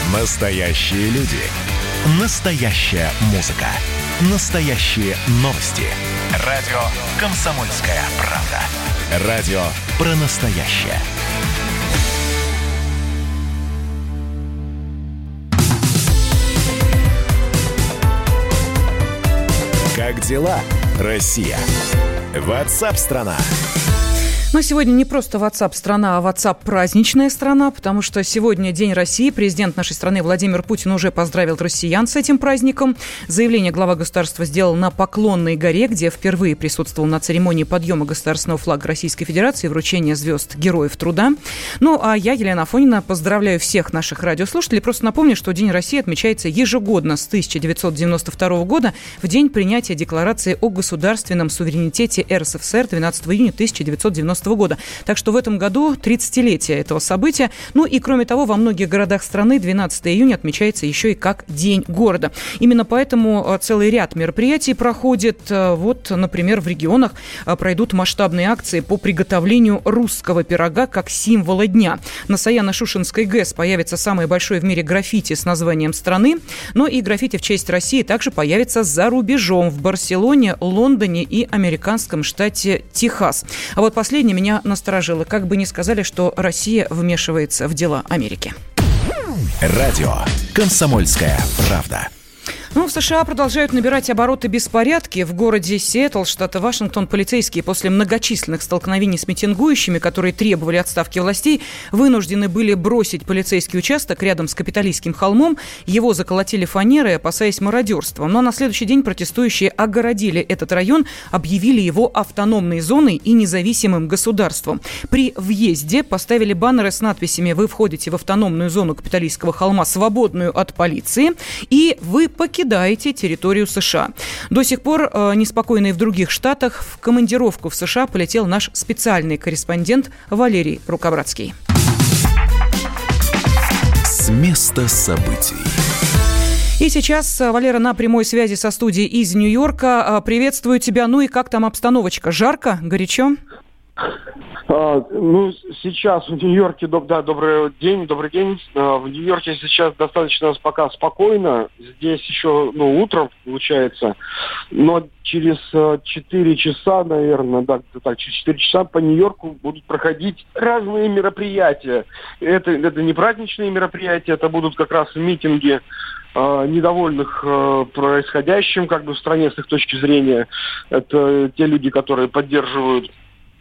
Настоящие люди. Настоящая музыка. Настоящие новости. Радио «Комсомольская правда». Радио про настоящее. Как дела, Россия? WhatsApp-страна. Но сегодня не просто WhatsApp-страна, а WhatsApp-праздничная страна, потому что сегодня День России. Президент нашей страны Владимир Путин уже поздравил россиян с этим праздником. Заявление глава государства сделал на Поклонной горе, где впервые присутствовал на церемонии подъема государственного флага Российской Федерации и вручения звезд Героев Труда. Ну, а я, Елена Афонина, поздравляю всех наших радиослушателей. Просто напомню, что День России отмечается ежегодно с 1992 года в день принятия Декларации о государственном суверенитете РСФСР 12 июня 1990 года. Так что в этом году 30-летие этого события. Ну и кроме того, во многих городах страны 12 июня отмечается еще и как День города. Именно поэтому целый ряд мероприятий проходит. Вот, например, в регионах пройдут масштабные акции по приготовлению русского пирога как символа дня. На Саяно-Шушенской ГЭС появится самое большое в мире граффити с названием страны. Но и граффити в честь России также появится за рубежом в Барселоне, Лондоне и американском штате Техас. А вот последнее меня насторожило. Как бы ни сказали, что Россия вмешивается в дела Америки. Радио «Комсомольская правда». Ну, в США продолжают набирать обороты беспорядки. В городе Сиэтл, штата Вашингтон, полицейские после многочисленных столкновений с митингующими, которые требовали отставки властей, вынуждены были бросить полицейский участок рядом с Капитолийским холмом. Его заколотили фанерой, опасаясь мародерства. Но на следующий день протестующие огородили этот район, объявили его автономной зоной и независимым государством. При въезде поставили баннеры с надписями: «Вы входите в автономную зону Капитолийского холма, свободную от полиции, и вы покидаете территорию США». До сих пор неспокойно и в других штатах. В командировку в США полетел наш специальный корреспондент Валерий Рукобратский. С места событий. И сейчас, Валера, на прямой связи со студией из Нью-Йорка. Приветствую тебя. Ну и как там обстановочка? Жарко? Горячо? Сейчас в Нью-Йорке, добрый день. В Нью-Йорке сейчас достаточно пока спокойно. Здесь еще, утро получается. Но через 4 часа, наверное, через 4 часа по Нью-Йорку будут проходить разные мероприятия. Это не праздничные мероприятия, это будут как раз митинги недовольных происходящим в стране с их точки зрения. Это те люди, которые поддерживают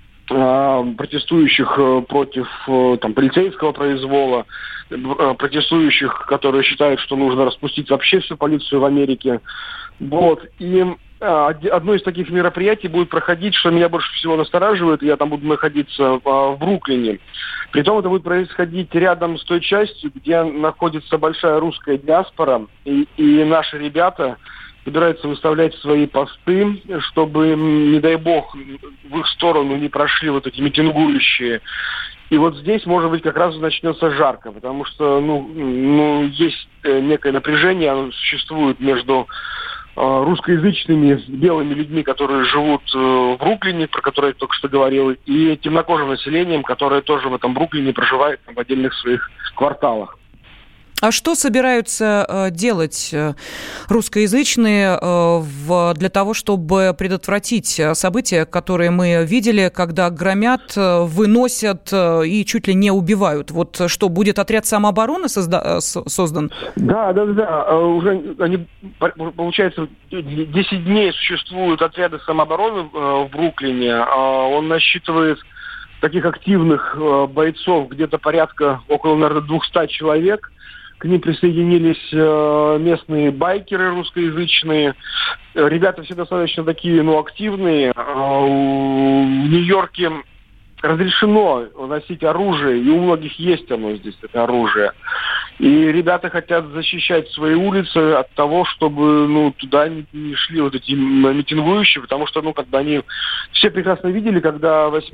протестующих против полицейского произвола, протестующих, которые считают, что нужно распустить вообще всю полицию в Америке. Вот. И одно из таких мероприятий будет проходить, что меня больше всего настораживает, я там буду находиться в Бруклине. Притом это будет происходить рядом с той частью, где находится большая русская диаспора, и наши ребята собираются выставлять свои посты, чтобы, не дай бог, в их сторону не прошли вот эти митингующие. И вот здесь, может быть, как раз начнется жарко, потому что, есть некое напряжение, оно существует между русскоязычными белыми людьми, которые живут в Бруклине, про которые я только что говорил, и темнокожим населением, которое тоже в этом Бруклине проживает в отдельных своих кварталах. А что собираются делать русскоязычные для того, чтобы предотвратить события, которые мы видели, когда громят, выносят и чуть ли не убивают? Вот что, будет отряд самообороны создан? Да. Уже они, получается, 10 дней существуют отряды самообороны в Бруклине. Он насчитывает таких активных бойцов где-то порядка около, наверное, 200 человек. К ним присоединились местные байкеры русскоязычные. Ребята все достаточно такие, активные. В Нью-Йорке разрешено носить оружие, и у многих есть оно здесь, это оружие. И ребята хотят защищать свои улицы от того, чтобы туда не шли вот эти митингующие, потому что они все прекрасно видели, когда 8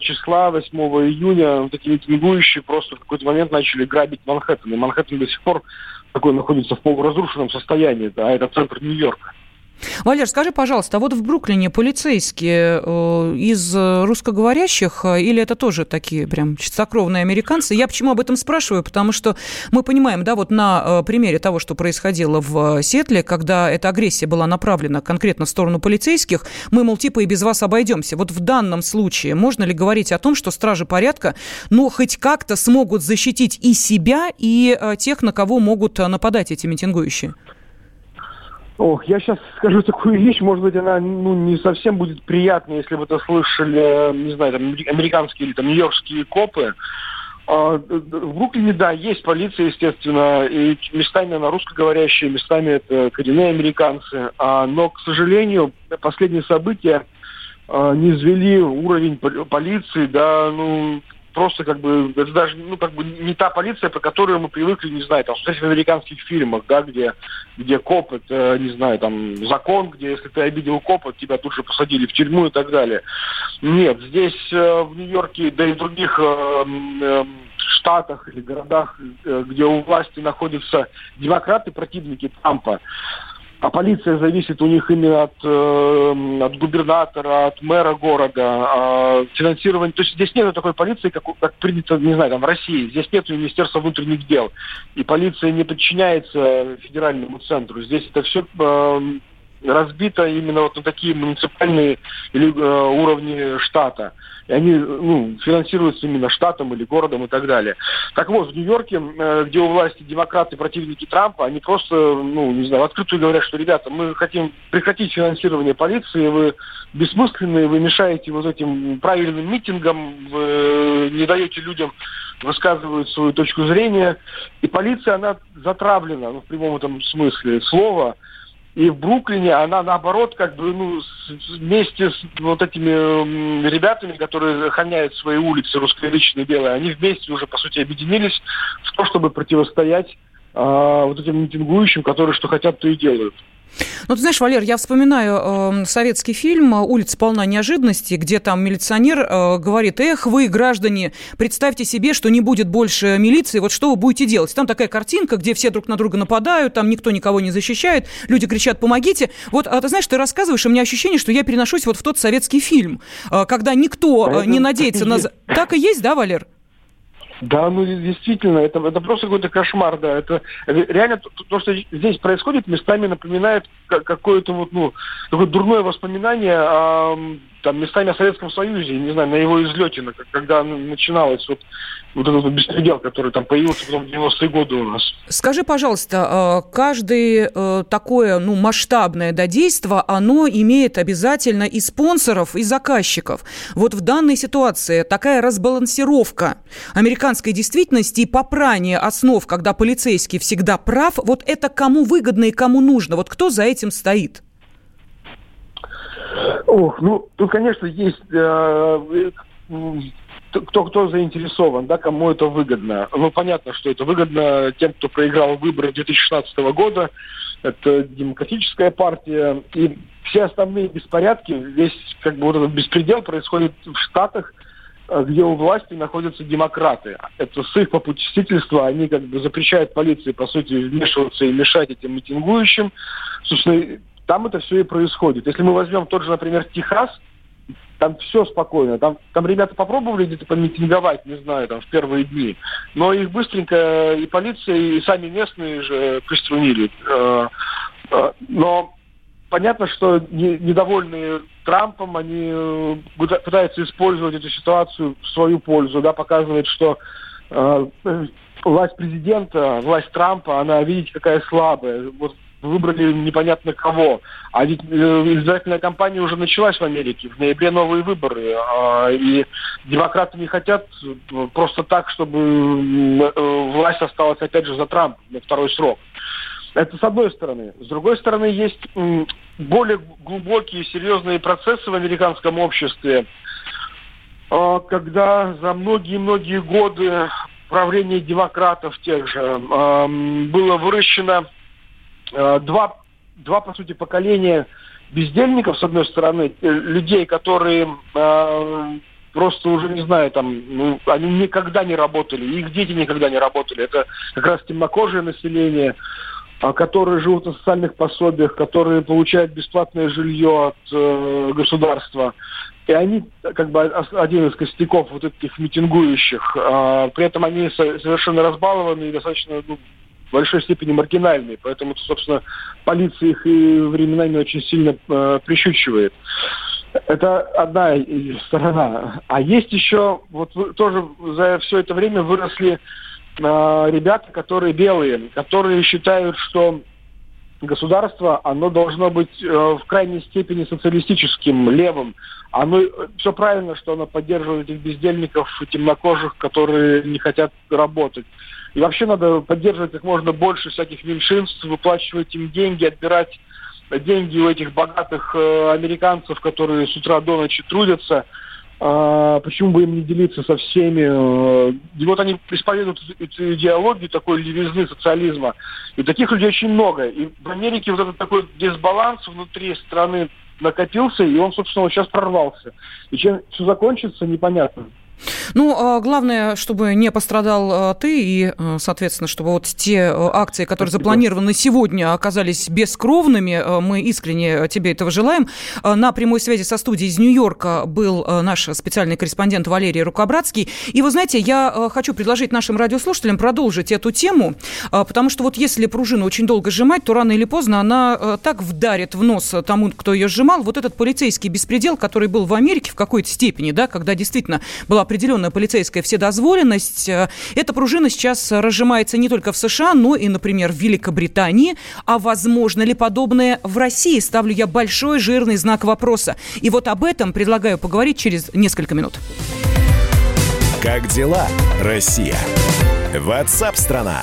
июня вот эти митингующие просто в какой-то момент начали грабить Манхэттен. И Манхэттен до сих пор находится в полуразрушенном состоянии, это центр Нью-Йорка. Валер, скажи, пожалуйста, а вот в Бруклине полицейские из русскоговорящих или это тоже такие прям чистокровные американцы? Я почему об этом спрашиваю? Потому что мы понимаем, да, вот на примере того, что происходило в Сиэтле, когда эта агрессия была направлена конкретно в сторону полицейских, мы, мол, типа и без вас обойдемся. Вот в данном случае можно ли говорить о том, что стражи порядка, ну, хоть как-то смогут защитить и себя, и тех, на кого могут нападать эти митингующие? Ох, я сейчас скажу такую вещь, может быть, она не совсем будет приятной, если бы это слышали, не знаю, там, американские или там нью-йоркские копы. В Бруклине, да, есть полиция, естественно, и местами она русскоговорящая, местами это коренные американцы. Но, к сожалению, последние события низвели уровень полиции, да, просто как бы, это даже, не та полиция, по которой мы привыкли, не знаю, там, смотреть в американских фильмах, да, где коп, это, не знаю, там, закон, где если ты обидел копа, тебя тут же посадили в тюрьму и так далее. Нет, здесь, в Нью-Йорке, да и в других штатах или городах, где у власти находятся демократы, противники Трампа, а полиция зависит у них именно от губернатора, от мэра города, финансирование. То есть здесь нет такой полиции, как принято, не знаю, там в России. Здесь нет Министерства внутренних дел. И полиция не подчиняется федеральному центру. Здесь это все разбито именно вот на такие муниципальные уровни штата. И они финансируются именно штатом или городом и так далее. Так вот, в Нью-Йорке, где у власти демократы, противники Трампа, они просто, не знаю, в открытую говорят, что, ребята, мы хотим прекратить финансирование полиции, вы бессмысленные, вы мешаете вот этим правильным митингам, вы не даете людям высказывать свою точку зрения. И полиция, она затравлена, в прямом этом смысле слова. И в Бруклине она, наоборот, как бы, вместе с вот этими ребятами, которые охраняют свои улицы, русскоязычные белые, они вместе уже, по сути, объединились в то, чтобы противостоять вот этим митингующим, которые что хотят, то и делают. Ну, ты знаешь, Валер, я вспоминаю советский фильм «Улица полна неожиданностей», где там милиционер говорит: эх, вы, граждане, представьте себе, что не будет больше милиции, вот что вы будете делать? Там такая картинка, где все друг на друга нападают, там никто никого не защищает, люди кричат: помогите. Вот, ты знаешь, ты рассказываешь, и у меня ощущение, что я переношусь вот в тот советский фильм, когда никто не надеется на... Так и есть, да, Валер? Да, действительно, это просто какой-то кошмар, да. Это реально то, что здесь происходит, местами напоминает какое-то такое дурное воспоминание там местами о Советском Союзе, не знаю, на его излете, когда начиналось вот этот беспредел, который там появился потом в 90-е годы у нас. Скажи, пожалуйста, каждое такое, масштабное действо, оно имеет обязательно и спонсоров, и заказчиков. Вот в данной ситуации такая разбалансировка американской действительности и попрание основ, когда полицейский всегда прав, вот это кому выгодно и кому нужно? Вот кто за этим стоит? Ох, тут, конечно, есть кто заинтересован, да, кому это выгодно. Понятно, что это выгодно тем, кто проиграл выборы 2016 года. Это Демократическая партия. И все основные беспорядки, весь вот этот беспредел происходит в Штатах, где у власти находятся демократы. Это с их попустительства они запрещают полиции, по сути, вмешиваться и мешать этим митингующим. Собственно, там это все и происходит. Если мы возьмем тот же, например, Техас, там все спокойно. Там ребята попробовали где-то помитинговать, не знаю, там в первые дни, но их быстренько и полиция, и сами местные же приструнили. Но понятно, что недовольные Трампом, они пытаются использовать эту ситуацию в свою пользу, да, показывать, что власть президента, власть Трампа, она, видите, какая слабая. Вот выбрали непонятно кого. А ведь избирательная кампания уже началась в Америке. В ноябре новые выборы. И демократы не хотят просто так, чтобы власть осталась опять же за Трампом на второй срок. Это с одной стороны. С другой стороны, есть более глубокие, серьезные процессы в американском обществе, когда за многие-многие годы правления демократов тех же было выращено два, по сути, поколения бездельников, с одной стороны, людей, которые просто уже, не знаю, они никогда не работали, их дети никогда не работали. Это как раз темнокожее население. которые живут на социальных пособиях, которые получают бесплатное жилье от государства. И они, как бы, один из костяков вот этих митингующих. При этом они совершенно разбалованы и достаточно, в большой степени маргинальные. Поэтому, собственно, полиция их и временами очень сильно прищучивает. Это одна сторона. А есть еще, вот тоже за все это время выросли ребята, которые белые, которые считают, что государство, оно должно быть в крайней степени социалистическим, левым. Оно все правильно, что оно поддерживает этих бездельников, темнокожих, которые не хотят работать. И вообще надо поддерживать как можно больше всяких меньшинств, выплачивать им деньги, отбирать деньги у этих богатых американцев, которые с утра до ночи трудятся. Почему бы им не делиться со всеми? И вот они исповедуют эту идеологию такой левизны социализма. И таких людей очень много. И в Америке вот этот такой дисбаланс внутри страны накопился, и он, собственно, вот сейчас прорвался. И чем все закончится, непонятно. Ну, главное, чтобы не пострадал ты и, соответственно, чтобы вот те акции, которые запланированы сегодня, оказались бескровными. Мы искренне тебе этого желаем. На прямой связи со студией из Нью-Йорка был наш специальный корреспондент Валерий Рукобратский. И вы знаете, я хочу предложить нашим радиослушателям продолжить эту тему, потому что вот если пружину очень долго сжимать, то рано или поздно она так вдарит в нос тому, кто ее сжимал. Вот этот полицейский беспредел, который был в Америке в какой-то степени, да, когда действительно была определенная полицейская вседозволенность. Эта пружина сейчас разжимается не только в США, но и, например, в Великобритании. А возможно ли подобное в России? Ставлю я большой жирный знак вопроса. И вот об этом предлагаю поговорить через несколько минут. Как дела, Россия? WhatsApp-страна.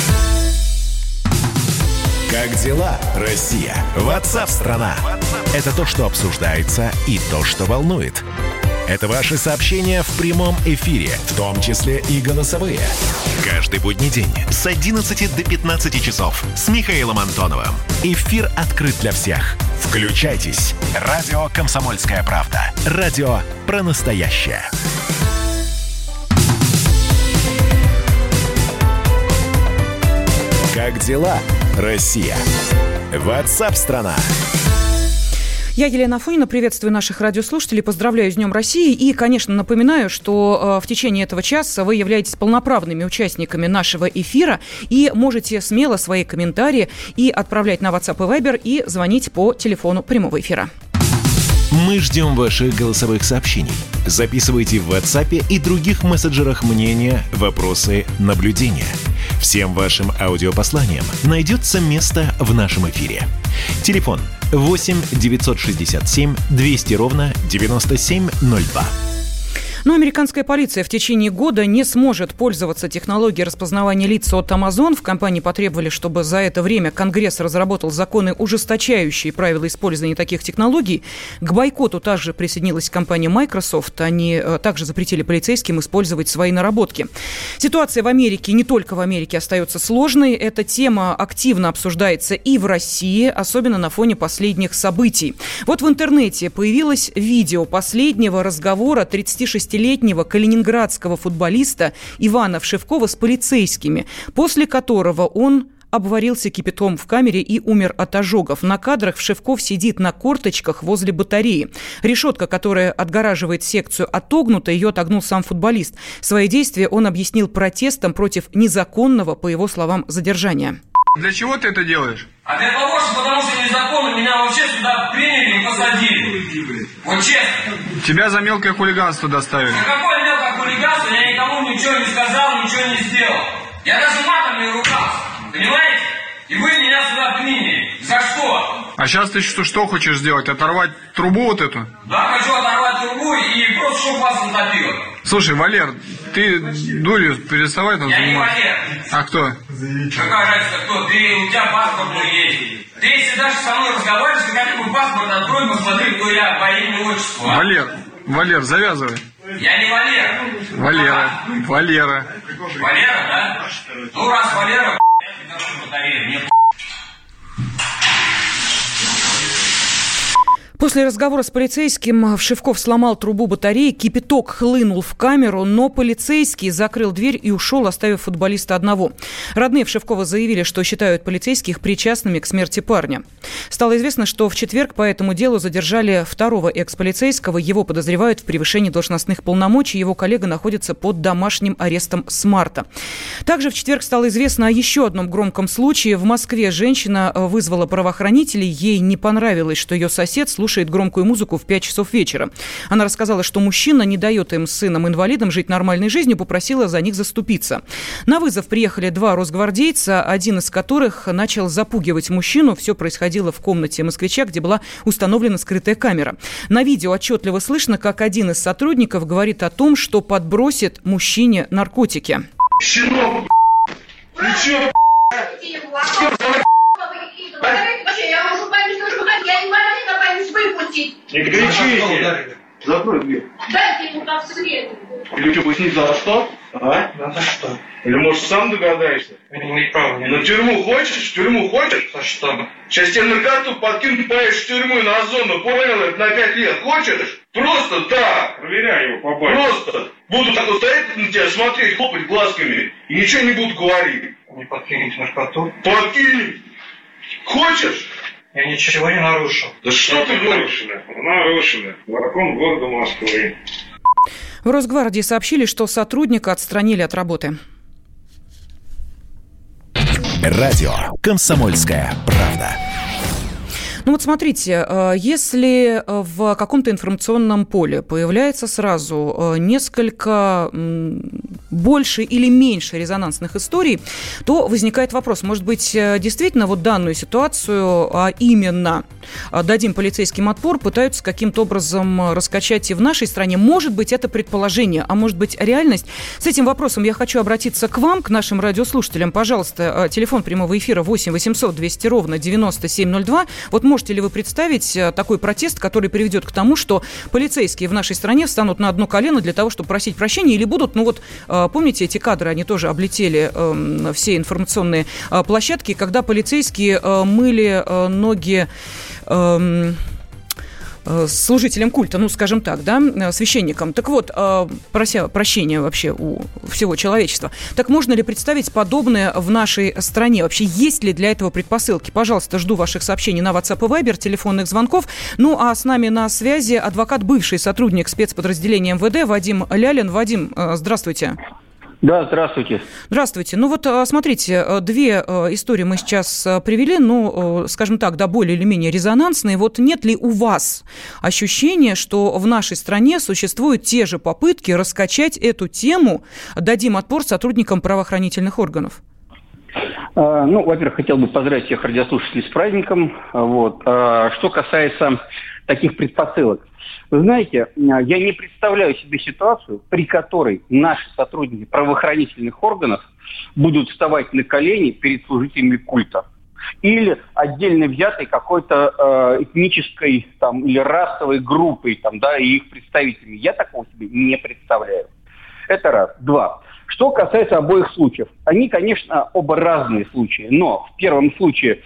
Как дела, Россия? WhatsApp-страна. Это то, что обсуждается, и то, что волнует. Это ваши сообщения в прямом эфире, в том числе и голосовые. Каждый будний день с 11 до 15 часов с Михаилом Антоновым. Эфир открыт для всех. Включайтесь. Радио «Комсомольская правда». Радио про настоящее. Как дела, Россия? WhatsApp-страна. Я, Елена Афонина, приветствую наших радиослушателей, поздравляю с Днем России и, конечно, напоминаю, что в течение этого часа вы являетесь полноправными участниками нашего эфира и можете смело свои комментарии и отправлять на WhatsApp и Viber и звонить по телефону прямого эфира. Мы ждем ваших голосовых сообщений. Записывайте в WhatsApp и других мессенджерах мнения, вопросы, наблюдения. Всем вашим аудиопосланиям найдется место в нашем эфире. Телефон 8 967 200 ровно 9702. Но американская полиция в течение года не сможет пользоваться технологией распознавания лиц от Amazon. В компании потребовали, чтобы за это время Конгресс разработал законы, ужесточающие правила использования таких технологий. К бойкоту также присоединилась компания Microsoft. Они также запретили полицейским использовать свои наработки. Ситуация в Америке, не только в Америке, остается сложной. Эта тема активно обсуждается и в России, особенно на фоне последних событий. Вот в интернете появилось видео последнего разговора 36-летнего калининградского футболиста Ивана Вшивкова с полицейскими, после которого он обварился кипятком в камере и умер от ожогов. На кадрах Вшивков сидит на корточках возле батареи. Решетка, которая отгораживает секцию, отогнута, ее отогнул сам футболист. Свои действия он объяснил протестом против незаконного, по его словам, задержания. Для чего ты это делаешь? А для того, потому что незаконно меня вообще сюда приняли и посадили. Вот честно. Тебя за мелкое хулиганство доставили. За какое мелкое хулиганство? Я никому ничего не сказал, ничего не сделал. Я даже матом не ругался. Понимаете? И вы меня сюда приняли. За что? А сейчас ты что хочешь сделать? Оторвать трубу вот эту? Да, хочу оторвать трубу и просто чтобы вас натопило. Слушай, Валер, ты дурью переставай там заниматься. Я не Валер. А кто? Какая разница, кто? Ты, у тебя паспорт мой есть. Ты если даже со мной разговариваешь, ты хотя бы паспорт открой, посмотри, кто я, по имени, отчеству. Валер, завязывай. Я не Валера. Валера. Валера, да? Ну, раз Валера, я тебе батарею, мне После разговора с полицейским Вшивков сломал трубу батареи, кипяток хлынул в камеру, но полицейский закрыл дверь и ушел, оставив футболиста одного. Родные Вшивкова заявили, что считают полицейских причастными к смерти парня. Стало известно, что в четверг по этому делу задержали второго экс-полицейского. Его подозревают в превышении должностных полномочий. Его коллега находится под домашним арестом с марта. Также в четверг стало известно о еще одном громком случае. В Москве женщина вызвала правоохранителей. Ей не понравилось, что ее сосед слушает громкую музыку в 5 часов вечера. Она рассказала, что мужчина не дает им с сыном-инвалидом жить нормальной жизнью, попросила за них заступиться. На вызов приехали 2 росгвардейца, один из которых начал запугивать мужчину. Все происходило в комнате москвича, где была установлена скрытая камера. На видео отчетливо слышно, как один из сотрудников говорит о том, что подбросит мужчине наркотики. Щенок, ты чё, я уже пойму, что выходить, я не могу на память выпустить. Не кричите. Закрой дверь. Дайте ему там свет. Или что, пояснить за что? А? За что? Или, может, сам догадаешься? Я не имею права. На тюрьму хочешь? В тюрьму хочешь? За что? Сейчас тебе наркоту подкинут, поедешь в тюрьму на зону, понял? Это на 5 лет. Хочешь? Просто так. Проверяй его, побачь. Просто. Буду так вот стоять на тебя, смотреть, хлопать глазками. И ничего не буду говорить. Не подкинете наркоту? Подкинь. Хочешь? Я ничего не нарушил. Да что ты нарушено? Нарушено. Закон города Москвы. В Росгвардии сообщили, что сотрудника отстранили от работы. Радио «Комсомольская правда». Ну вот смотрите, если в каком-то информационном поле появляется сразу несколько больше или меньше резонансных историй, то возникает вопрос, может быть, действительно вот данную ситуацию, а именно дадим полицейским отпор, пытаются каким-то образом раскачать и в нашей стране. Может быть, это предположение, а может быть, реальность. С этим вопросом я хочу обратиться к вам, к нашим радиослушателям. Пожалуйста, телефон прямого эфира 8 800 200 ровно 9702. Вот можете ли вы представить такой протест, который приведет к тому, что полицейские в нашей стране встанут на одно колено для того, чтобы просить прощения, или будут, ну вот, помните, эти кадры, они тоже облетели все информационные площадки, когда полицейские мыли ноги служителям культа, ну, скажем так, да, священникам. Так вот, прося прощения вообще у всего человечества. Так можно ли представить подобное в нашей стране? Вообще, есть ли для этого предпосылки? Пожалуйста, жду ваших сообщений на WhatsApp и Viber, телефонных звонков. Ну, а с нами на связи адвокат, бывший сотрудник спецподразделения МВД Вадим Лялин. Вадим, здравствуйте. Да, здравствуйте. Здравствуйте. Ну вот, смотрите, 2 истории мы сейчас привели, ну, скажем так, да, более или менее резонансные. Вот нет ли у вас ощущения, что в нашей стране существуют те же попытки раскачать эту тему, дадим отпор сотрудникам правоохранительных органов? Ну, во-первых, хотел бы поздравить всех радиослушателей с праздником. Вот. Что касается таких предпосылок. Вы знаете, я не представляю себе ситуацию, при которой наши сотрудники правоохранительных органов будут вставать на колени перед служителями культа. Или отдельно взятой какой-то этнической там, или расовой группой там, да, и их представителями. Я такого себе не представляю. Это раз. 2. Что касается обоих случаев. Они, конечно, оба разные случаи. Но в первом случае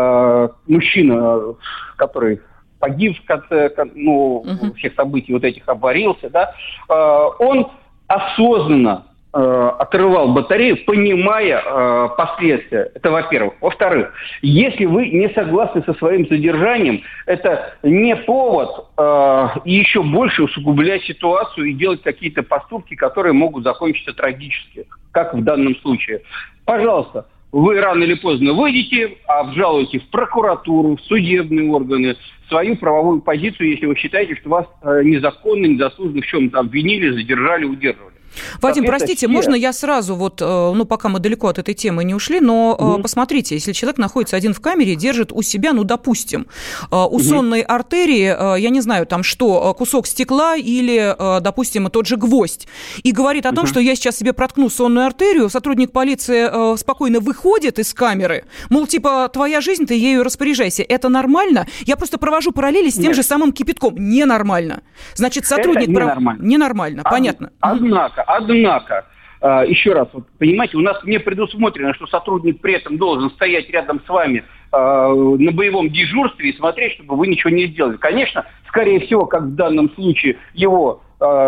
мужчина, который погиб в конце всех событий вот этих, обварился, да, он осознанно отрывал батарею, понимая последствия. Это во-первых. Во-вторых, если вы не согласны со своим задержанием, это не повод еще больше усугублять ситуацию и делать какие-то поступки, которые могут закончиться трагически, как в данном случае. Пожалуйста, вы рано или поздно выйдете, обжалуете в прокуратуру, в судебные органы свою правовую позицию, если вы считаете, что вас незаконно, незаслуженно в чем-то обвинили, задержали, удерживали. Вадим, простите, можно я сразу, вот, ну, пока мы далеко от этой темы не ушли, но посмотрите, если человек находится один в камере, держит у себя, ну, допустим, у сонной артерии, я не знаю, там что, кусок стекла или, допустим, тот же гвоздь, и говорит о том, что я сейчас себе проткну сонную артерию, сотрудник полиции спокойно выходит из камеры, мол, типа, твоя жизнь, ты ею распоряжайся. Это нормально? Я просто провожу параллели с тем же самым кипятком. Ненормально. Значит, сотрудник... Это ненормально. Ненормально, понятно. Однако, Еще раз, вот, понимаете, у нас не предусмотрено, что сотрудник при этом должен стоять рядом с вами на боевом дежурстве и смотреть, чтобы вы ничего не сделали. Конечно, скорее всего, как в данном случае, его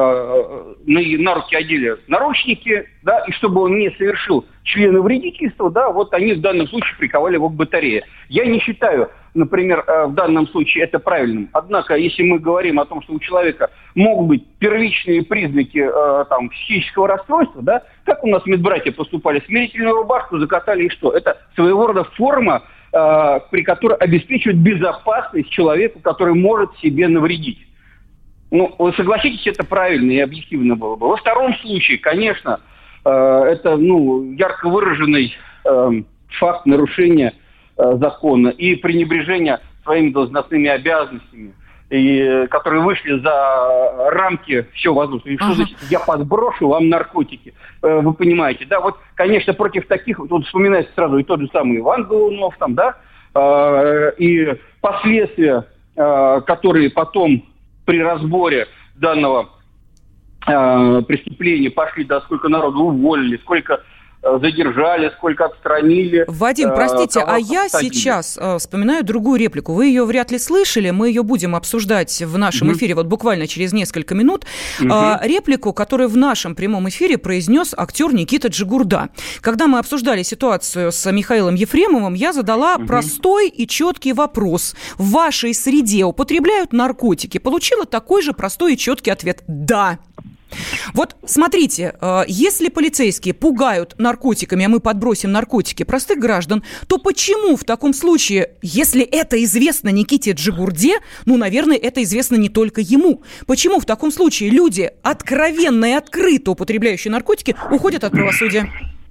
на руки одели наручники, да, и чтобы он не совершил членовредительства, да, вот они в данном случае приковали его к батарее. Я не считаю, например, в данном случае это правильным. Однако, если мы говорим о том, что у человека могут быть первичные признаки психического расстройства, да, как у нас медбратья поступали, смирительную рубашку закатали и что? Это своего рода форма, при которой обеспечивает безопасность человеку, который может себе навредить. Ну, вы согласитесь, это правильно и объективно было бы. Во втором случае, конечно, это ярко выраженный факт нарушения закона и пренебрежения своими должностными обязанностями, которые вышли за рамки всего возможного. Что значит, я подброшу вам наркотики? Вы понимаете, да? Вот, конечно, против таких, вот вспоминается сразу и тот же самый Иван Голунов, там, да, и последствия, которые потом при разборе данного преступления пошли, да, сколько народу уволили, сколько задержали, сколько отстранили. Вадим, простите, я сейчас вспоминаю другую реплику. Вы ее вряд ли слышали, мы ее будем обсуждать в нашем эфире вот буквально через несколько минут. Реплику, которую в нашем прямом эфире произнес актер Никита Джигурда. Когда мы обсуждали ситуацию с Михаилом Ефремовым, я задала простой и четкий вопрос. В вашей среде употребляют наркотики? Получила такой же простой и четкий ответ «да». Вот смотрите, если полицейские пугают наркотиками, а мы подбросим наркотики простых граждан, то почему в таком случае, если это известно Никите Джигурде, наверное, это известно не только ему, почему в таком случае люди, откровенно и открыто употребляющие наркотики, уходят от правосудия?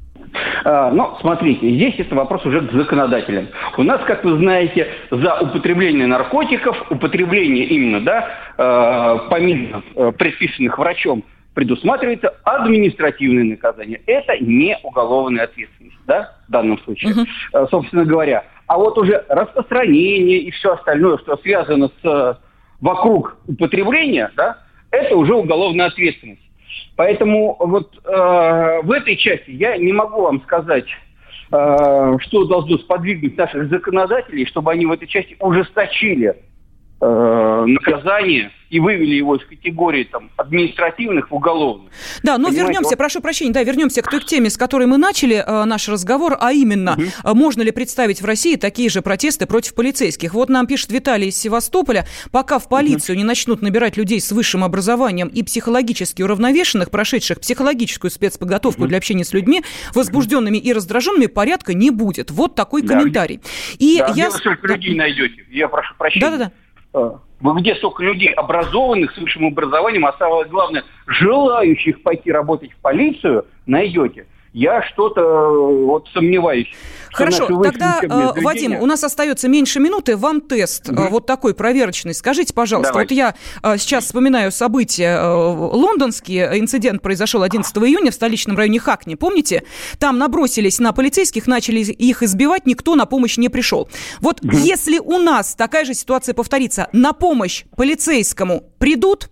Смотрите, здесь это вопрос уже к законодателям. У нас, как вы знаете, за употребление наркотиков, употребление именно, да, помимо предписанных врачом, предусматривается административное наказание. Это не уголовная ответственность, да, в данном случае, собственно говоря. А вот уже распространение и все остальное, что связано с вокруг употребления, да, это уже уголовная ответственность. Поэтому вот в этой части я не могу вам сказать, что должно сподвигнуть наших законодателей, чтобы они в этой части ужесточили наказание и вывели его из категории административных в уголовных. Да, но вернемся, прошу прощения, вернемся к той теме, с которой мы начали наш разговор, а именно, можно ли представить в России такие же протесты против полицейских? Вот нам пишет Виталий из Севастополя, пока в полицию не начнут набирать людей с высшим образованием и психологически уравновешенных, прошедших психологическую спецподготовку для общения с людьми, возбужденными и раздраженными, порядка не будет. Вот такой комментарий. Где вы столько людей найдете? Я прошу прощения. Да-да-да. Вы где столько людей образованных, с высшим образованием, а самое главное, желающих пойти работать в полицию, найдете? Я что-то сомневаюсь. Хорошо, тогда, Вадим, у нас остается меньше минуты. Вам тест вот такой проверочный. Скажите, пожалуйста, вот я сейчас вспоминаю события лондонские. Инцидент произошел 11 июня в столичном районе Хакни. Помните? Там набросились на полицейских, начали их избивать, никто на помощь не пришел. Вот если у нас такая же ситуация повторится, на помощь полицейскому придут?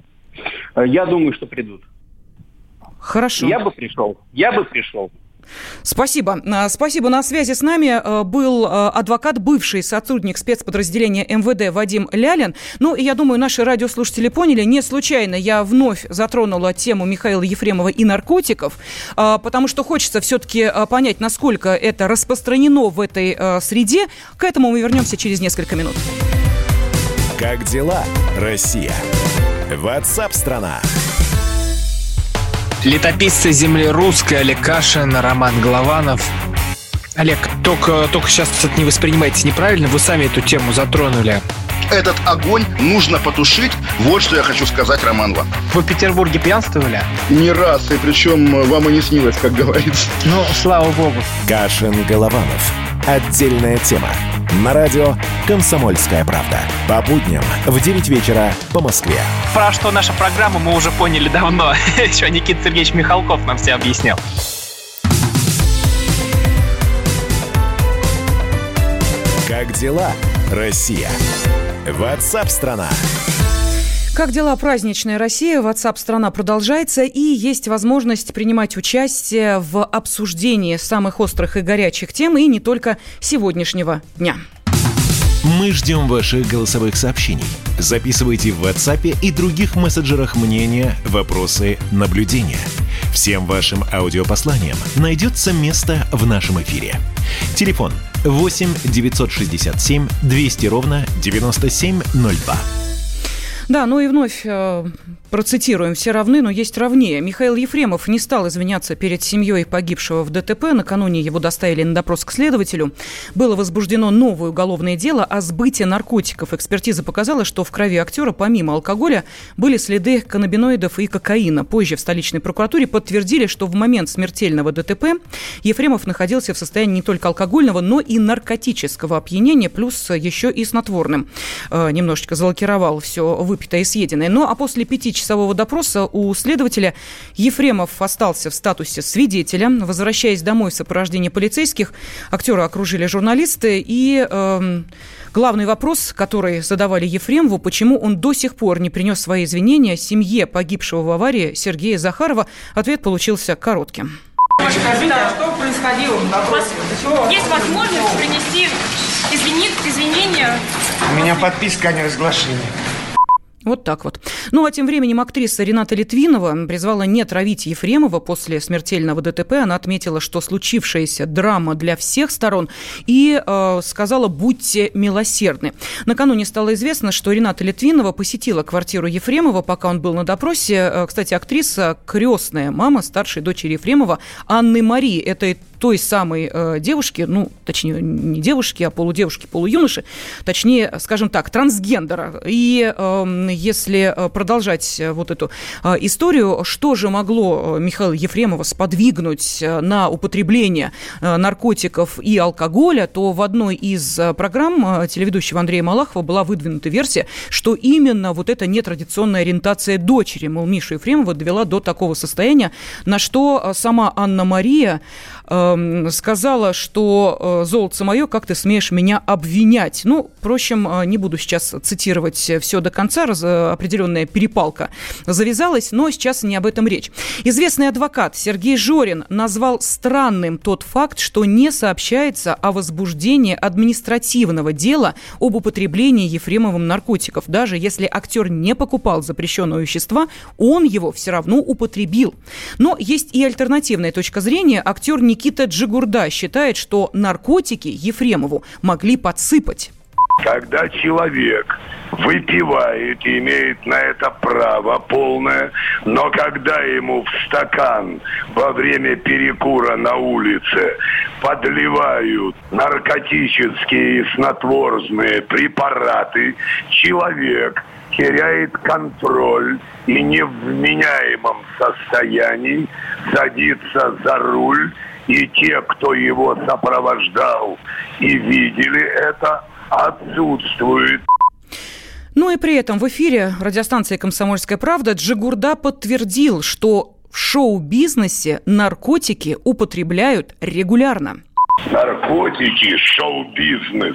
Я думаю, что придут. Хорошо. Я бы пришел. Спасибо. Спасибо. На связи с нами был адвокат, бывший сотрудник спецподразделения МВД Вадим Лялин. И я думаю, наши радиослушатели поняли, не случайно я вновь затронула тему Михаила Ефремова и наркотиков, потому что хочется все-таки понять, насколько это распространено в этой среде. К этому мы вернемся через несколько минут. Как дела, Россия? WhatsApp-страна. Летописцы земли русской Олег Кашин, Роман Голованов. Олег, только сейчас это не воспринимайте неправильно, вы сами эту тему затронули. Этот огонь нужно потушить. Вот что я хочу сказать, Роман вам. Вы в Петербурге пьянствовали? Не раз, и причем вам и не снилось, как говорится. Слава богу. Кашин-Голованов. Отдельная тема. На радио «Комсомольская правда». По будням в 9 вечера по Москве. Про что наша программа, мы уже поняли давно. Еще Никита Сергеевич Михалков нам все объяснял. Как дела, Россия? WhatsApp-страна. Как дела, праздничная Россия? WhatsApp страна продолжается, и есть возможность принимать участие в обсуждении самых острых и горячих тем, и не только сегодняшнего дня. Мы ждем ваших голосовых сообщений. Записывайте в WhatsApp и других мессенджерах мнения, вопросы, наблюдения. Всем вашим аудиопосланиям найдется место в нашем эфире. Телефон 8 967 200 ровно 9702. Да, ну и вновь процитируем: «Все равны, но есть равнее». Михаил Ефремов не стал извиняться перед семьей погибшего в ДТП. Накануне его доставили на допрос к следователю. Было возбуждено новое уголовное дело о сбытии наркотиков. Экспертиза показала, что в крови актера помимо алкоголя были следы каннабиноидов и кокаина. Позже в столичной прокуратуре подтвердили, что в момент смертельного ДТП Ефремов находился в состоянии не только алкогольного, но и наркотического опьянения, плюс еще и снотворным. Немножечко залакировал все выпитое и съеденное. Ну а после 5-часового допроса у следователя Ефремов остался в статусе свидетеля. Возвращаясь домой в сопровождении полицейских, актера окружили журналисты. И главный вопрос, который задавали Ефремову: почему он до сих пор не принес свои извинения семье погибшего в аварии Сергея Захарова, ответ получился коротким. Скажите, а что происходило в допросе? Есть возможность принести извинения. У меня подписка о неразглашении. Вот так вот. Ну, а тем временем актриса Рената Литвинова призвала не травить Ефремова после смертельного ДТП. Она отметила, что случившаяся драма для всех сторон, и сказала: будьте милосердны. Накануне стало известно, что Рената Литвинова посетила квартиру Ефремова, пока он был на допросе. Кстати, актриса – крестная мама старшей дочери Ефремова Анны Марии. Это той самой девушки, ну, точнее, не девушки, а полудевушки, полуюноши, точнее, скажем так, трансгендера. И если продолжать вот эту историю, что же могло Михаила Ефремова сподвигнуть на употребление наркотиков и алкоголя, то в одной из программ телеведущего Андрея Малахова была выдвинута версия, что именно вот эта нетрадиционная ориентация дочери, мол, Мишу Ефремова довела до такого состояния, на что сама Анна Мария сказала, что «золотце мое, как ты смеешь меня обвинять?» Ну, впрочем, не буду сейчас цитировать все до конца, определенная перепалка завязалась, но сейчас не об этом речь. Известный адвокат Сергей Жорин назвал странным тот факт, что не сообщается о возбуждении административного дела об употреблении Ефремовым наркотиков. Даже если актер не покупал запрещенного вещества, он его все равно употребил. Но есть и альтернативная точка зрения. Актер Никита Джигурда считает, что наркотики Ефремову могли подсыпать. Когда человек выпивает и имеет на это право полное, но когда ему в стакан во время перекура на улице подливают наркотические и снотворные препараты, человек теряет контроль и не в вменяемом состоянии садится за руль, и те, кто его сопровождал и видели это, отсутствует. Ну и при этом в эфире радиостанции «Комсомольская правда» Джигурда подтвердил, что в шоу-бизнесе наркотики употребляют регулярно. Наркотики шоу-бизнес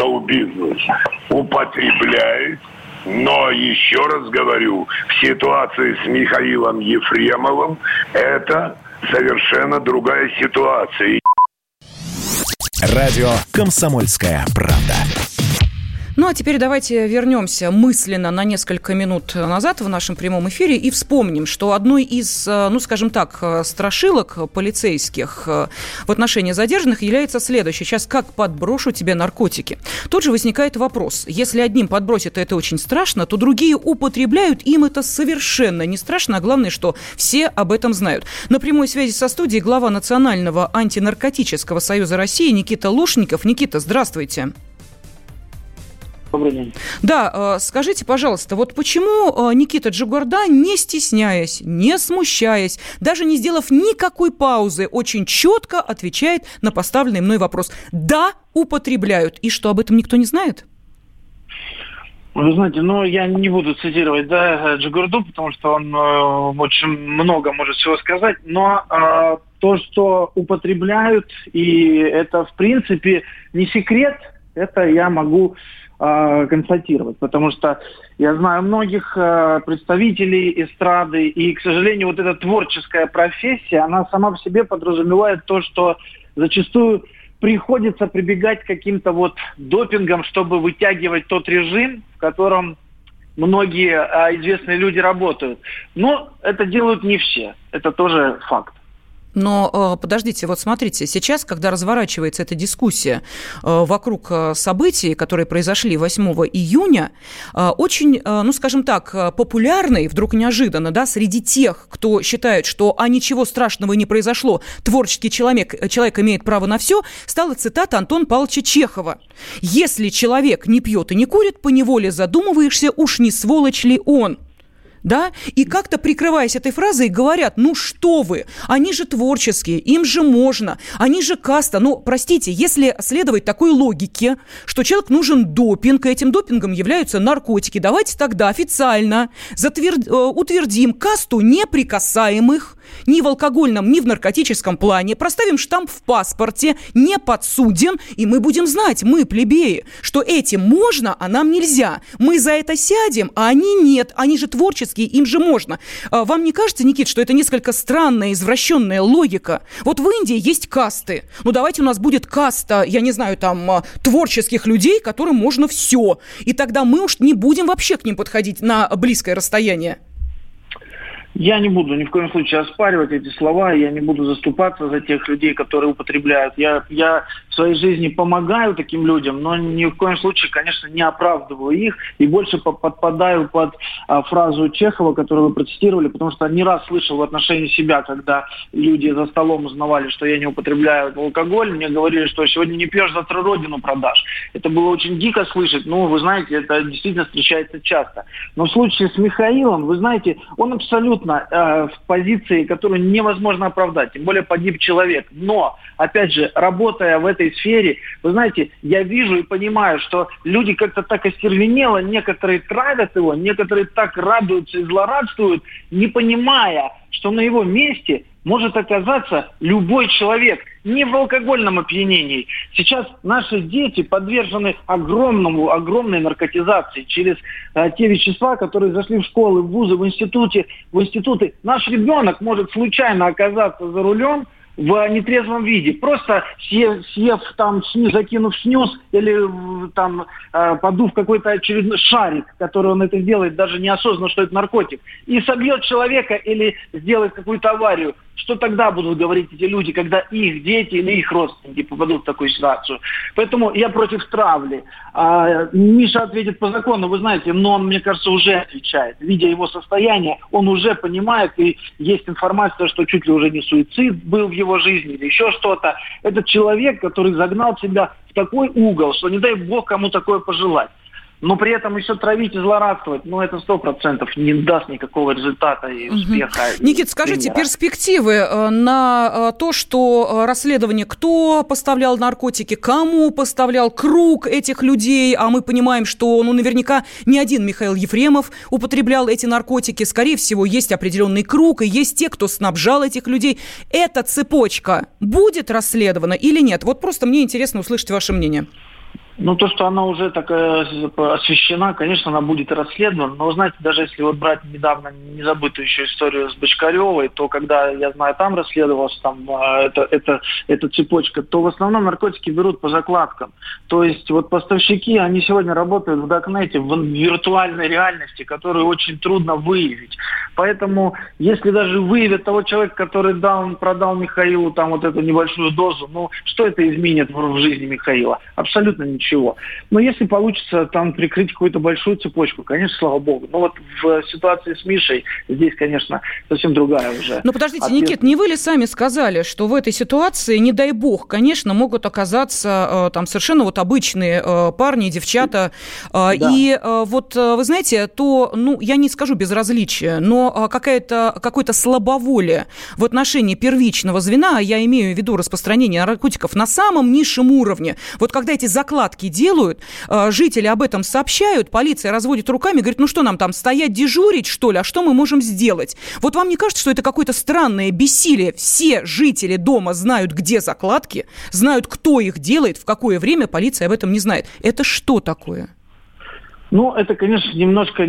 употребляет, но еще раз говорю, в ситуации с Михаилом Ефремовым это совершенно другая ситуация. Радио «Комсомольская правда». Ну, а теперь давайте вернемся мысленно на несколько минут назад в нашем прямом эфире и вспомним, что одной из, ну, скажем так, страшилок полицейских в отношении задержанных является следующее. Сейчас как подброшу тебе наркотики? Тут же возникает вопрос. Если одним подбросят, это очень страшно, то другие употребляют, им это совершенно не страшно, а главное, что все об этом знают. На прямой связи со студией глава Национального антинаркотического союза России Никита Лушников. Никита, здравствуйте. Добрый день. Да, скажите, пожалуйста, вот почему Никита Джигурда, не стесняясь, не смущаясь, даже не сделав никакой паузы, очень четко отвечает на поставленный мной вопрос? Да, употребляют. И что, об этом никто не знает? Вы знаете, я не буду цитировать Джигурду, потому что он очень много может всего сказать, но то, что употребляют, и это в принципе не секрет, Это я могу констатировать, потому что я знаю многих представителей эстрады, и, к сожалению, вот эта творческая профессия, она сама по себе подразумевает то, что зачастую приходится прибегать к каким-то вот допингам, чтобы вытягивать тот режим, в котором многие известные люди работают. Но это делают не все, это тоже факт. Но подождите, вот смотрите, сейчас, когда разворачивается эта дискуссия вокруг событий, которые произошли 8 июня, очень, ну, скажем так, популярной, вдруг неожиданно, да, среди тех, кто считает, что ничего страшного не произошло, творческий человек имеет право на все, стала цитата Антона Павловича Чехова. «Если человек не пьет и не курит, поневоле задумываешься, уж не сволочь ли он». Да? И как-то, прикрываясь этой фразой, говорят, ну что вы, они же творческие, им же можно, они же каста. Ну, простите, если следовать такой логике, что человек нужен допинг, и этим допингом являются наркотики, давайте тогда официально утвердим касту неприкасаемых ни в алкогольном, ни в наркотическом плане, проставим штамп в паспорте, не подсуден, и мы будем знать, мы, плебеи, что этим можно, а нам нельзя. Мы за это сядем, а они нет, они же творческие, им же можно. Вам не кажется, Никит, что это несколько странная, извращенная логика? Вот в Индии есть касты. Ну, давайте у нас будет каста, я не знаю, там, творческих людей, которым можно все. И тогда мы уж не будем вообще к ним подходить на близкое расстояние. Я не буду ни в коем случае оспаривать эти слова, я не буду заступаться за тех людей, которые употребляют. Я в своей жизни помогаю таким людям, но ни в коем случае, конечно, не оправдываю их и больше подпадаю под фразу Чехова, которую вы процитировали, потому что не раз слышал в отношении себя, когда люди за столом узнавали, что я не употребляю алкоголь, мне говорили, что сегодня не пьешь, завтра родину продашь. Это было очень дико слышать, но вы знаете, это действительно встречается часто. Но в случае с Михаилом, вы знаете, он абсолютно в позиции, которую невозможно оправдать, тем более погиб человек. Но, опять же, работая в этой сфере, вы знаете, я вижу и понимаю, что люди как-то так остервенело, некоторые травят его, некоторые так радуются и злорадствуют, не понимая, что на его месте может оказаться любой человек, не в алкогольном опьянении. Сейчас наши дети подвержены огромной наркотизации через те вещества, которые зашли в школы, в вузы, в институты. Наш ребенок может случайно оказаться за рулем в нетрезвом виде, просто съев там, закинув снюс или там подув какой-то очередной шарик, который он это делает, даже неосознанно, что это наркотик, и собьет человека или сделает какую-то аварию. Что тогда будут говорить эти люди, когда их дети или их родственники попадут в такую ситуацию? Поэтому я против травли. Миша ответит по закону, вы знаете, но он, мне кажется, уже отвечает. Видя его состояние, он уже понимает, и есть информация, что чуть ли уже не суицид был в его жизни или еще что-то. Это человек, который загнал себя в такой угол, что не дай бог кому такое пожелать. Но при этом еще травить и злорадствовать, это 100% не даст никакого результата и успеха. Никит, скажите, перспективы на то, что расследование, кто поставлял наркотики, кому поставлял, круг этих людей, а мы понимаем, что наверняка не один Михаил Ефремов употреблял эти наркотики, скорее всего, есть определенный круг, и есть те, кто снабжал этих людей. Эта цепочка будет расследована или нет? Вот просто мне интересно услышать ваше мнение. То, что она уже такая освещена, конечно, она будет расследована. Но, знаете, даже если вот брать недавно незабытую еще историю с Бочкаревой, то когда, я знаю, там расследовалась эта цепочка, то в основном наркотики берут по закладкам. То есть вот поставщики, они сегодня работают в даркнете, в виртуальной реальности, которую очень трудно выявить. Поэтому, если даже выявят того человека, который продал Михаилу там вот эту небольшую дозу, что это изменит в жизни Михаила? Абсолютно ничего. Но если получится там прикрыть какую-то большую цепочку, конечно, слава богу. Но вот в ситуации с Мишей здесь, конечно, совсем другая уже. Подождите, Никит, не вы ли сами сказали, что в этой ситуации, не дай бог, конечно, могут оказаться там совершенно обычные парни, девчата. Да. И вы знаете, я не скажу безразличие, но какое-то слабоволие в отношении первичного звена, я имею в виду распространение наркотиков на самом низшем уровне. Вот когда эти закладки закладки делают, жители об этом сообщают, полиция разводит руками, говорит, ну что нам там, стоять дежурить, что ли, а что мы можем сделать? Вот вам не кажется, что это какое-то странное бессилие? Все жители дома знают, где закладки, знают, кто их делает, в какое время, полиция об этом не знает. Это что такое? Ну, это, конечно, немножко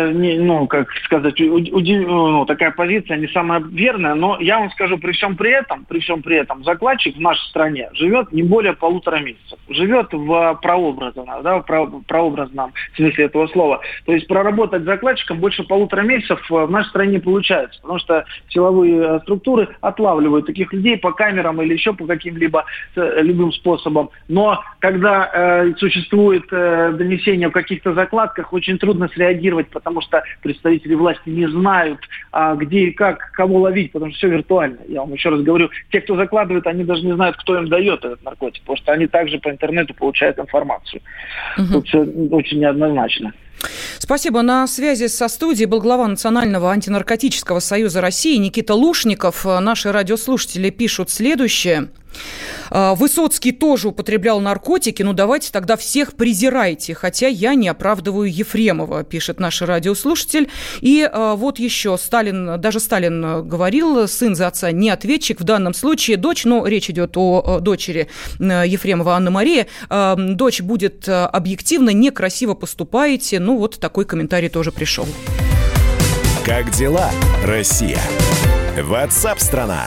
такая позиция не самая верная, но я вам скажу, при всем при этом, закладчик в нашей стране живет не более 1,5 месяца. Живет в прообразном смысле этого слова. То есть проработать закладчиком больше 1,5 месяцев в нашей стране не получается, потому что силовые структуры отлавливают таких людей по камерам или еще по каким-либо любым способом. Но когда существует донесение о каких-то закладках, очень трудно среагировать, потому что представители власти не знают, где и как, кого ловить, потому что все виртуально. Я вам еще раз говорю, те, кто закладывает, они даже не знают, кто им дает этот наркотик, потому что они также по интернету получают информацию. Тут все очень неоднозначно. Спасибо. На связи со студией был глава Национального антинаркотического союза России Никита Лушников. Наши радиослушатели пишут следующее. Высоцкий тоже употреблял наркотики, ну давайте тогда всех презирайте, хотя я не оправдываю Ефремова, пишет наш радиослушатель. И вот еще Сталин говорил, сын за отца не ответчик, в данном случае дочь, но речь идет о дочери Ефремова Анна-Мария, дочь будет объективно, некрасиво поступаете, ну вот такой комментарий тоже пришел. Как дела, Россия? WhatsApp-страна.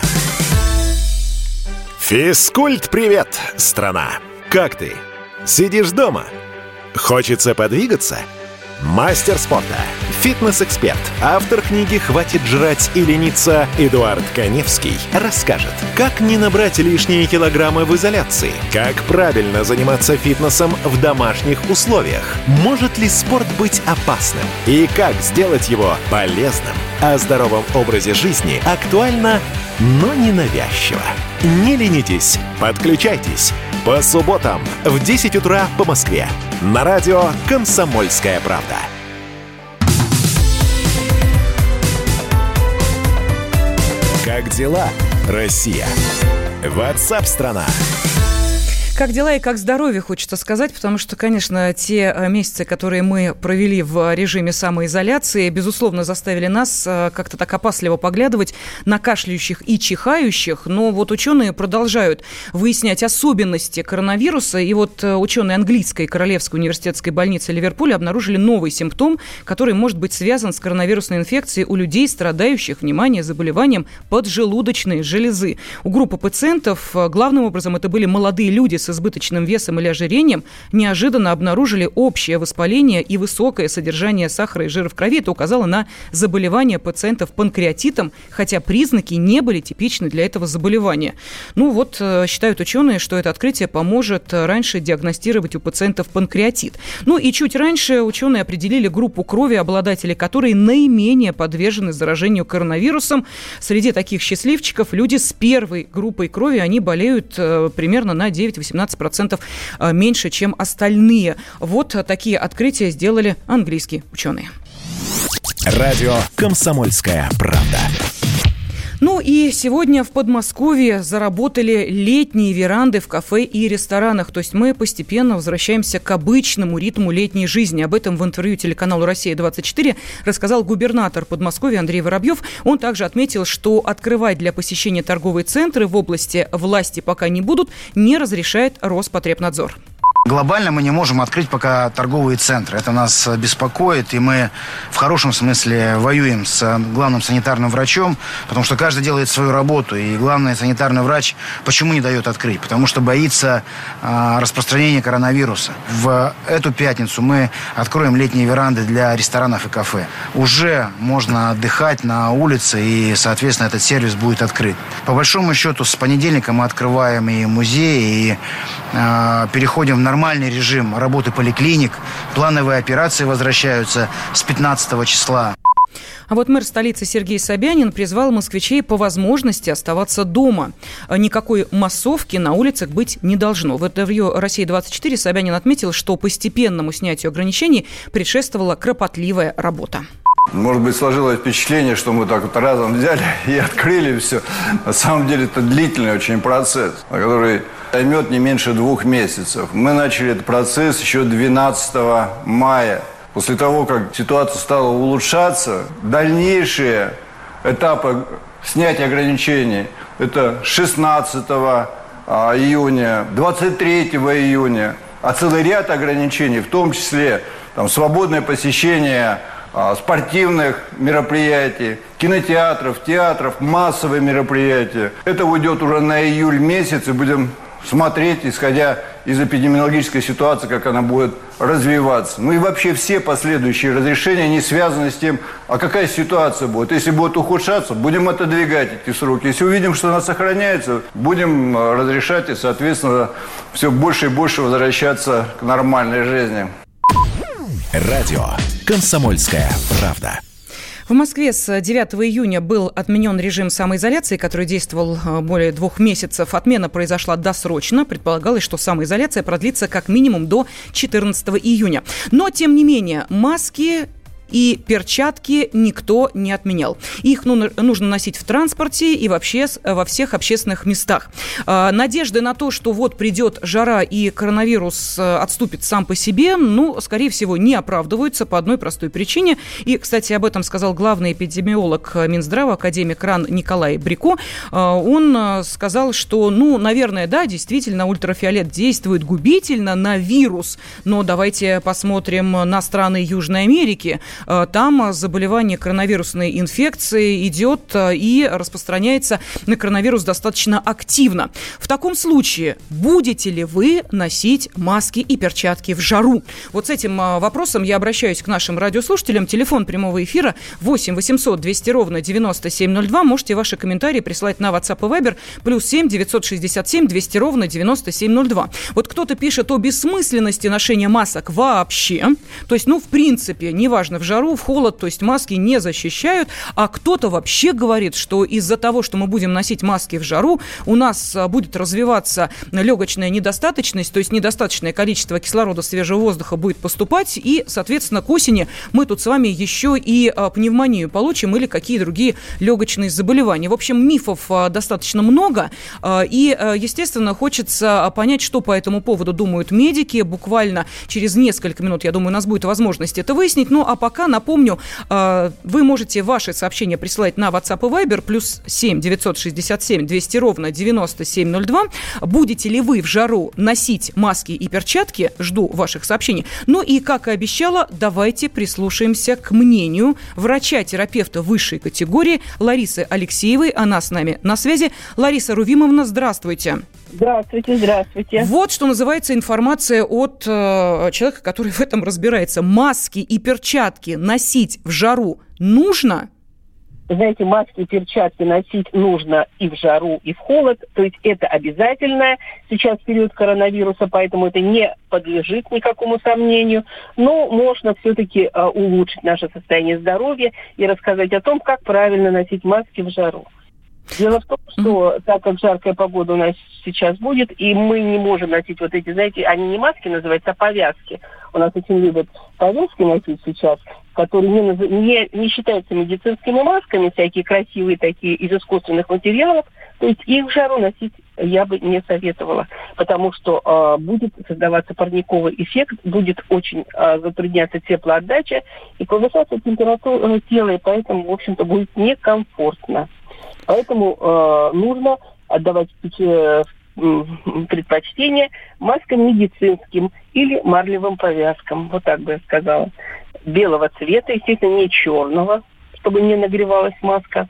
Физкульт-привет, страна! Как ты? Сидишь дома? Хочется подвигаться? Мастер спорта, фитнес-эксперт, автор книги «Хватит жрать и лениться» Эдуард Каневский расскажет, как не набрать лишние килограммы в изоляции, как правильно заниматься фитнесом в домашних условиях, может ли спорт быть опасным и как сделать его полезным. О здоровом образе жизни актуально, но не навязчиво. Не ленитесь, подключайтесь. По субботам в 10 утра по Москве. На радио «Комсомольская правда». Как дела, Россия? WhatsApp-страна. Как дела и как здоровье, хочется сказать, потому что, конечно, те месяцы, которые мы провели в режиме самоизоляции, безусловно, заставили нас как-то так опасливо поглядывать на кашляющих и чихающих, но вот ученые продолжают выяснять особенности коронавируса, и вот ученые английской Королевской университетской больницы Ливерпуля обнаружили новый симптом, который может быть связан с коронавирусной инфекцией у людей, страдающих, внимание, заболеванием поджелудочной железы. У группы пациентов, главным образом, это были молодые люди с избыточным весом или ожирением, неожиданно обнаружили общее воспаление и высокое содержание сахара и жира в крови. Это указало на заболевание пациентов панкреатитом, хотя признаки не были типичны для этого заболевания. Ну вот, считают ученые, что это открытие поможет раньше диагностировать у пациентов панкреатит. Ну и чуть раньше ученые определили группу крови, обладателей которой наименее подвержены заражению коронавирусом. Среди таких счастливчиков люди с первой группой крови, они болеют примерно на 9-18% меньше, чем остальные. Вот такие открытия сделали английские ученые. Радио «Комсомольская правда». Ну и сегодня в Подмосковье заработали летние веранды в кафе и ресторанах. То есть мы постепенно возвращаемся к обычному ритму летней жизни. Об этом в интервью телеканалу «Россия-24» рассказал губернатор Подмосковья Андрей Воробьев. Он также отметил, что открывать для посещения торговые центры в области власти пока не будут, не разрешает Роспотребнадзор. Глобально мы не можем открыть пока торговые центры. Это нас беспокоит, и мы в хорошем смысле воюем с главным санитарным врачом, потому что каждый делает свою работу, и главный санитарный врач почему не дает открыть? Потому что боится распространения коронавируса. В эту пятницу мы откроем летние веранды для ресторанов и кафе. Уже можно отдыхать на улице, и, соответственно, этот сервис будет открыт. По большому счету, с понедельника мы открываем и музеи, и переходим в нормальный режим работы поликлиник. Плановые операции возвращаются с 15 числа. А вот мэр столицы Сергей Собянин призвал москвичей по возможности оставаться дома. Никакой массовки на улицах быть не должно. В интервью «Россия-24» Собянин отметил, что постепенному снятию ограничений предшествовала кропотливая работа. Может быть, сложилось впечатление, что мы так вот разом взяли и открыли все. На самом деле это длительный очень процесс, который займет не меньше 2 месяцев. Мы начали этот процесс еще 12 мая. После того, как ситуация стала улучшаться, дальнейшие этапы снятия ограничений – это 16 июня, 23 июня, а целый ряд ограничений, в том числе свободное посещение спортивных мероприятий, кинотеатров, театров, массовые мероприятия. Это уйдет уже на июль месяц, и будем смотреть, исходя из эпидемиологической ситуации, как она будет развиваться. Ну и вообще все последующие разрешения не связаны с тем, а какая ситуация будет. Если будет ухудшаться, будем отодвигать эти сроки. Если увидим, что она сохраняется, будем разрешать и, соответственно, все больше и больше возвращаться к нормальной жизни. Радио «Комсомольская правда». В Москве с 9 июня был отменен режим самоизоляции, который действовал более 2 месяцев. Отмена произошла досрочно. Предполагалось, что самоизоляция продлится как минимум до 14 июня. Но, тем не менее, маски и перчатки никто не отменял. Их нужно носить в транспорте и вообще во всех общественных местах. Надежды на то, что вот придет жара и коронавирус отступит сам по себе, скорее всего, не оправдываются по одной простой причине. И, кстати, об этом сказал главный эпидемиолог Минздрава, академик РАН Николай Брико. Он сказал, что, наверное, да, действительно, ультрафиолет действует губительно на вирус, но давайте посмотрим на страны Южной Америки. Там заболевание коронавирусной инфекцией идет и распространяется на коронавирус достаточно активно. В таком случае будете ли вы носить маски и перчатки в жару? Вот с этим вопросом я обращаюсь к нашим радиослушателям. Телефон прямого эфира 8 800 200 ровно 9702. Можете ваши комментарии присылать на WhatsApp и Viber +7 967 200 ровно 9702. Вот кто-то пишет о бессмысленности ношения масок вообще. То есть, в принципе, неважно, в жару, в холод, то есть маски не защищают, а кто-то вообще говорит, что из-за того, что мы будем носить маски в жару, у нас будет развиваться легочная недостаточность, то есть недостаточное количество кислорода свежего воздуха будет поступать, и, соответственно, к осени мы тут с вами еще и пневмонию получим или какие другие легочные заболевания. В общем, мифов достаточно много, и, естественно, хочется понять, что по этому поводу думают медики. Буквально через несколько минут, я думаю, у нас будет возможность это выяснить. А пока напомню, вы можете ваши сообщения присылать на WhatsApp и Viber +7 967 200 ровно 9702. Будете ли вы в жару носить маски и перчатки? Жду ваших сообщений. И, как и обещала, давайте прислушаемся к мнению врача-терапевта высшей категории Ларисы Алексеевой. Она с нами на связи. Лариса Рувимовна, здравствуйте. Здравствуйте, здравствуйте. Вот что называется информация от человека, который в этом разбирается. Маски и перчатки носить в жару нужно? Знаете, маски и перчатки носить нужно и в жару, и в холод. То есть это обязательно. Сейчас период коронавируса, поэтому это не подлежит никакому сомнению. Но можно все-таки улучшить наше состояние здоровья и рассказать о том, как правильно носить маски в жару. Дело в том, что так как жаркая погода у нас сейчас будет, и мы не можем носить вот эти, знаете, они не маски называются, а повязки. У нас очень любят повязки носить сейчас, которые не считаются медицинскими масками, всякие красивые такие из искусственных материалов. То есть их в жару носить я бы не советовала, потому что будет создаваться парниковый эффект, будет очень затрудняться теплоотдача и повышаться температура тела, и поэтому, в общем-то, будет некомфортно. Поэтому нужно отдавать предпочтение маскам медицинским или марлевым повязкам. Вот так бы я сказала. Белого цвета, естественно, не черного, чтобы не нагревалась маска.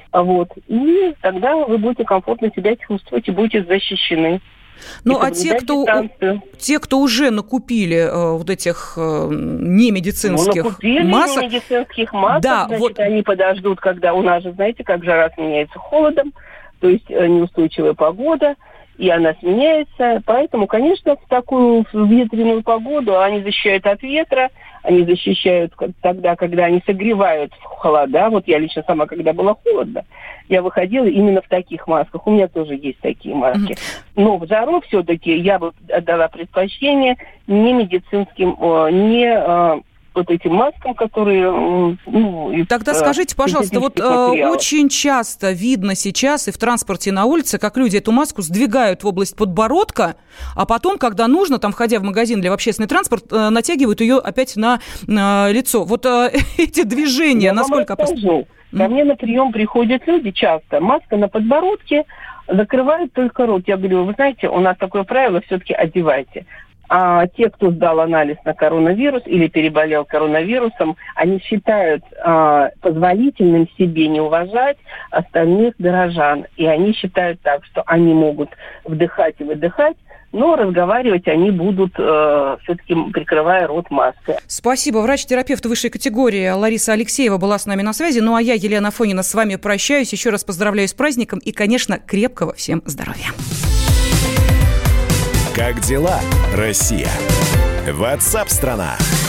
И тогда вы будете комфортно себя чувствовать и будете защищены. А те, кто уже накупили вот этих немедицинских масок... немедицинских масок, да, значит, они подождут, когда у нас же, знаете, как жара сменяется холодом, то есть неустойчивая погода, и она сменяется. Поэтому, конечно, в такую ветреную погоду они защищают от ветра, они защищают тогда, когда они согревают в холода. Вот я лично сама, когда было холодно, я выходила именно в таких масках. У меня тоже есть такие маски. Но в жару все-таки я бы отдала предпочтение не медицинским, не вот этим маскам, которые... Тогда скажите, пожалуйста, вот очень часто видно сейчас и в транспорте, и на улице, как люди эту маску сдвигают в область подбородка, а потом, когда нужно, там, входя в магазин или в общественный транспорт, натягивают ее опять на лицо. Вот эти движения, насколько опасны? Ко мне на прием приходят люди часто. Маска на подбородке, закрывает только рот. Я говорю, вы знаете, у нас такое правило, все-таки одевайте. А те, кто сдал анализ на коронавирус или переболел коронавирусом, они считают позволительным себе не уважать остальных горожан. И они считают так, что они могут вдыхать и выдыхать, но разговаривать они будут, все-таки прикрывая рот маской. Спасибо. Врач-терапевт высшей категории Лариса Алексеева была с нами на связи. Ну а я, Елена Афонина, с вами прощаюсь. Еще раз поздравляю с праздником и, конечно, крепкого всем здоровья. Как дела, Россия? WhatsApp-страна.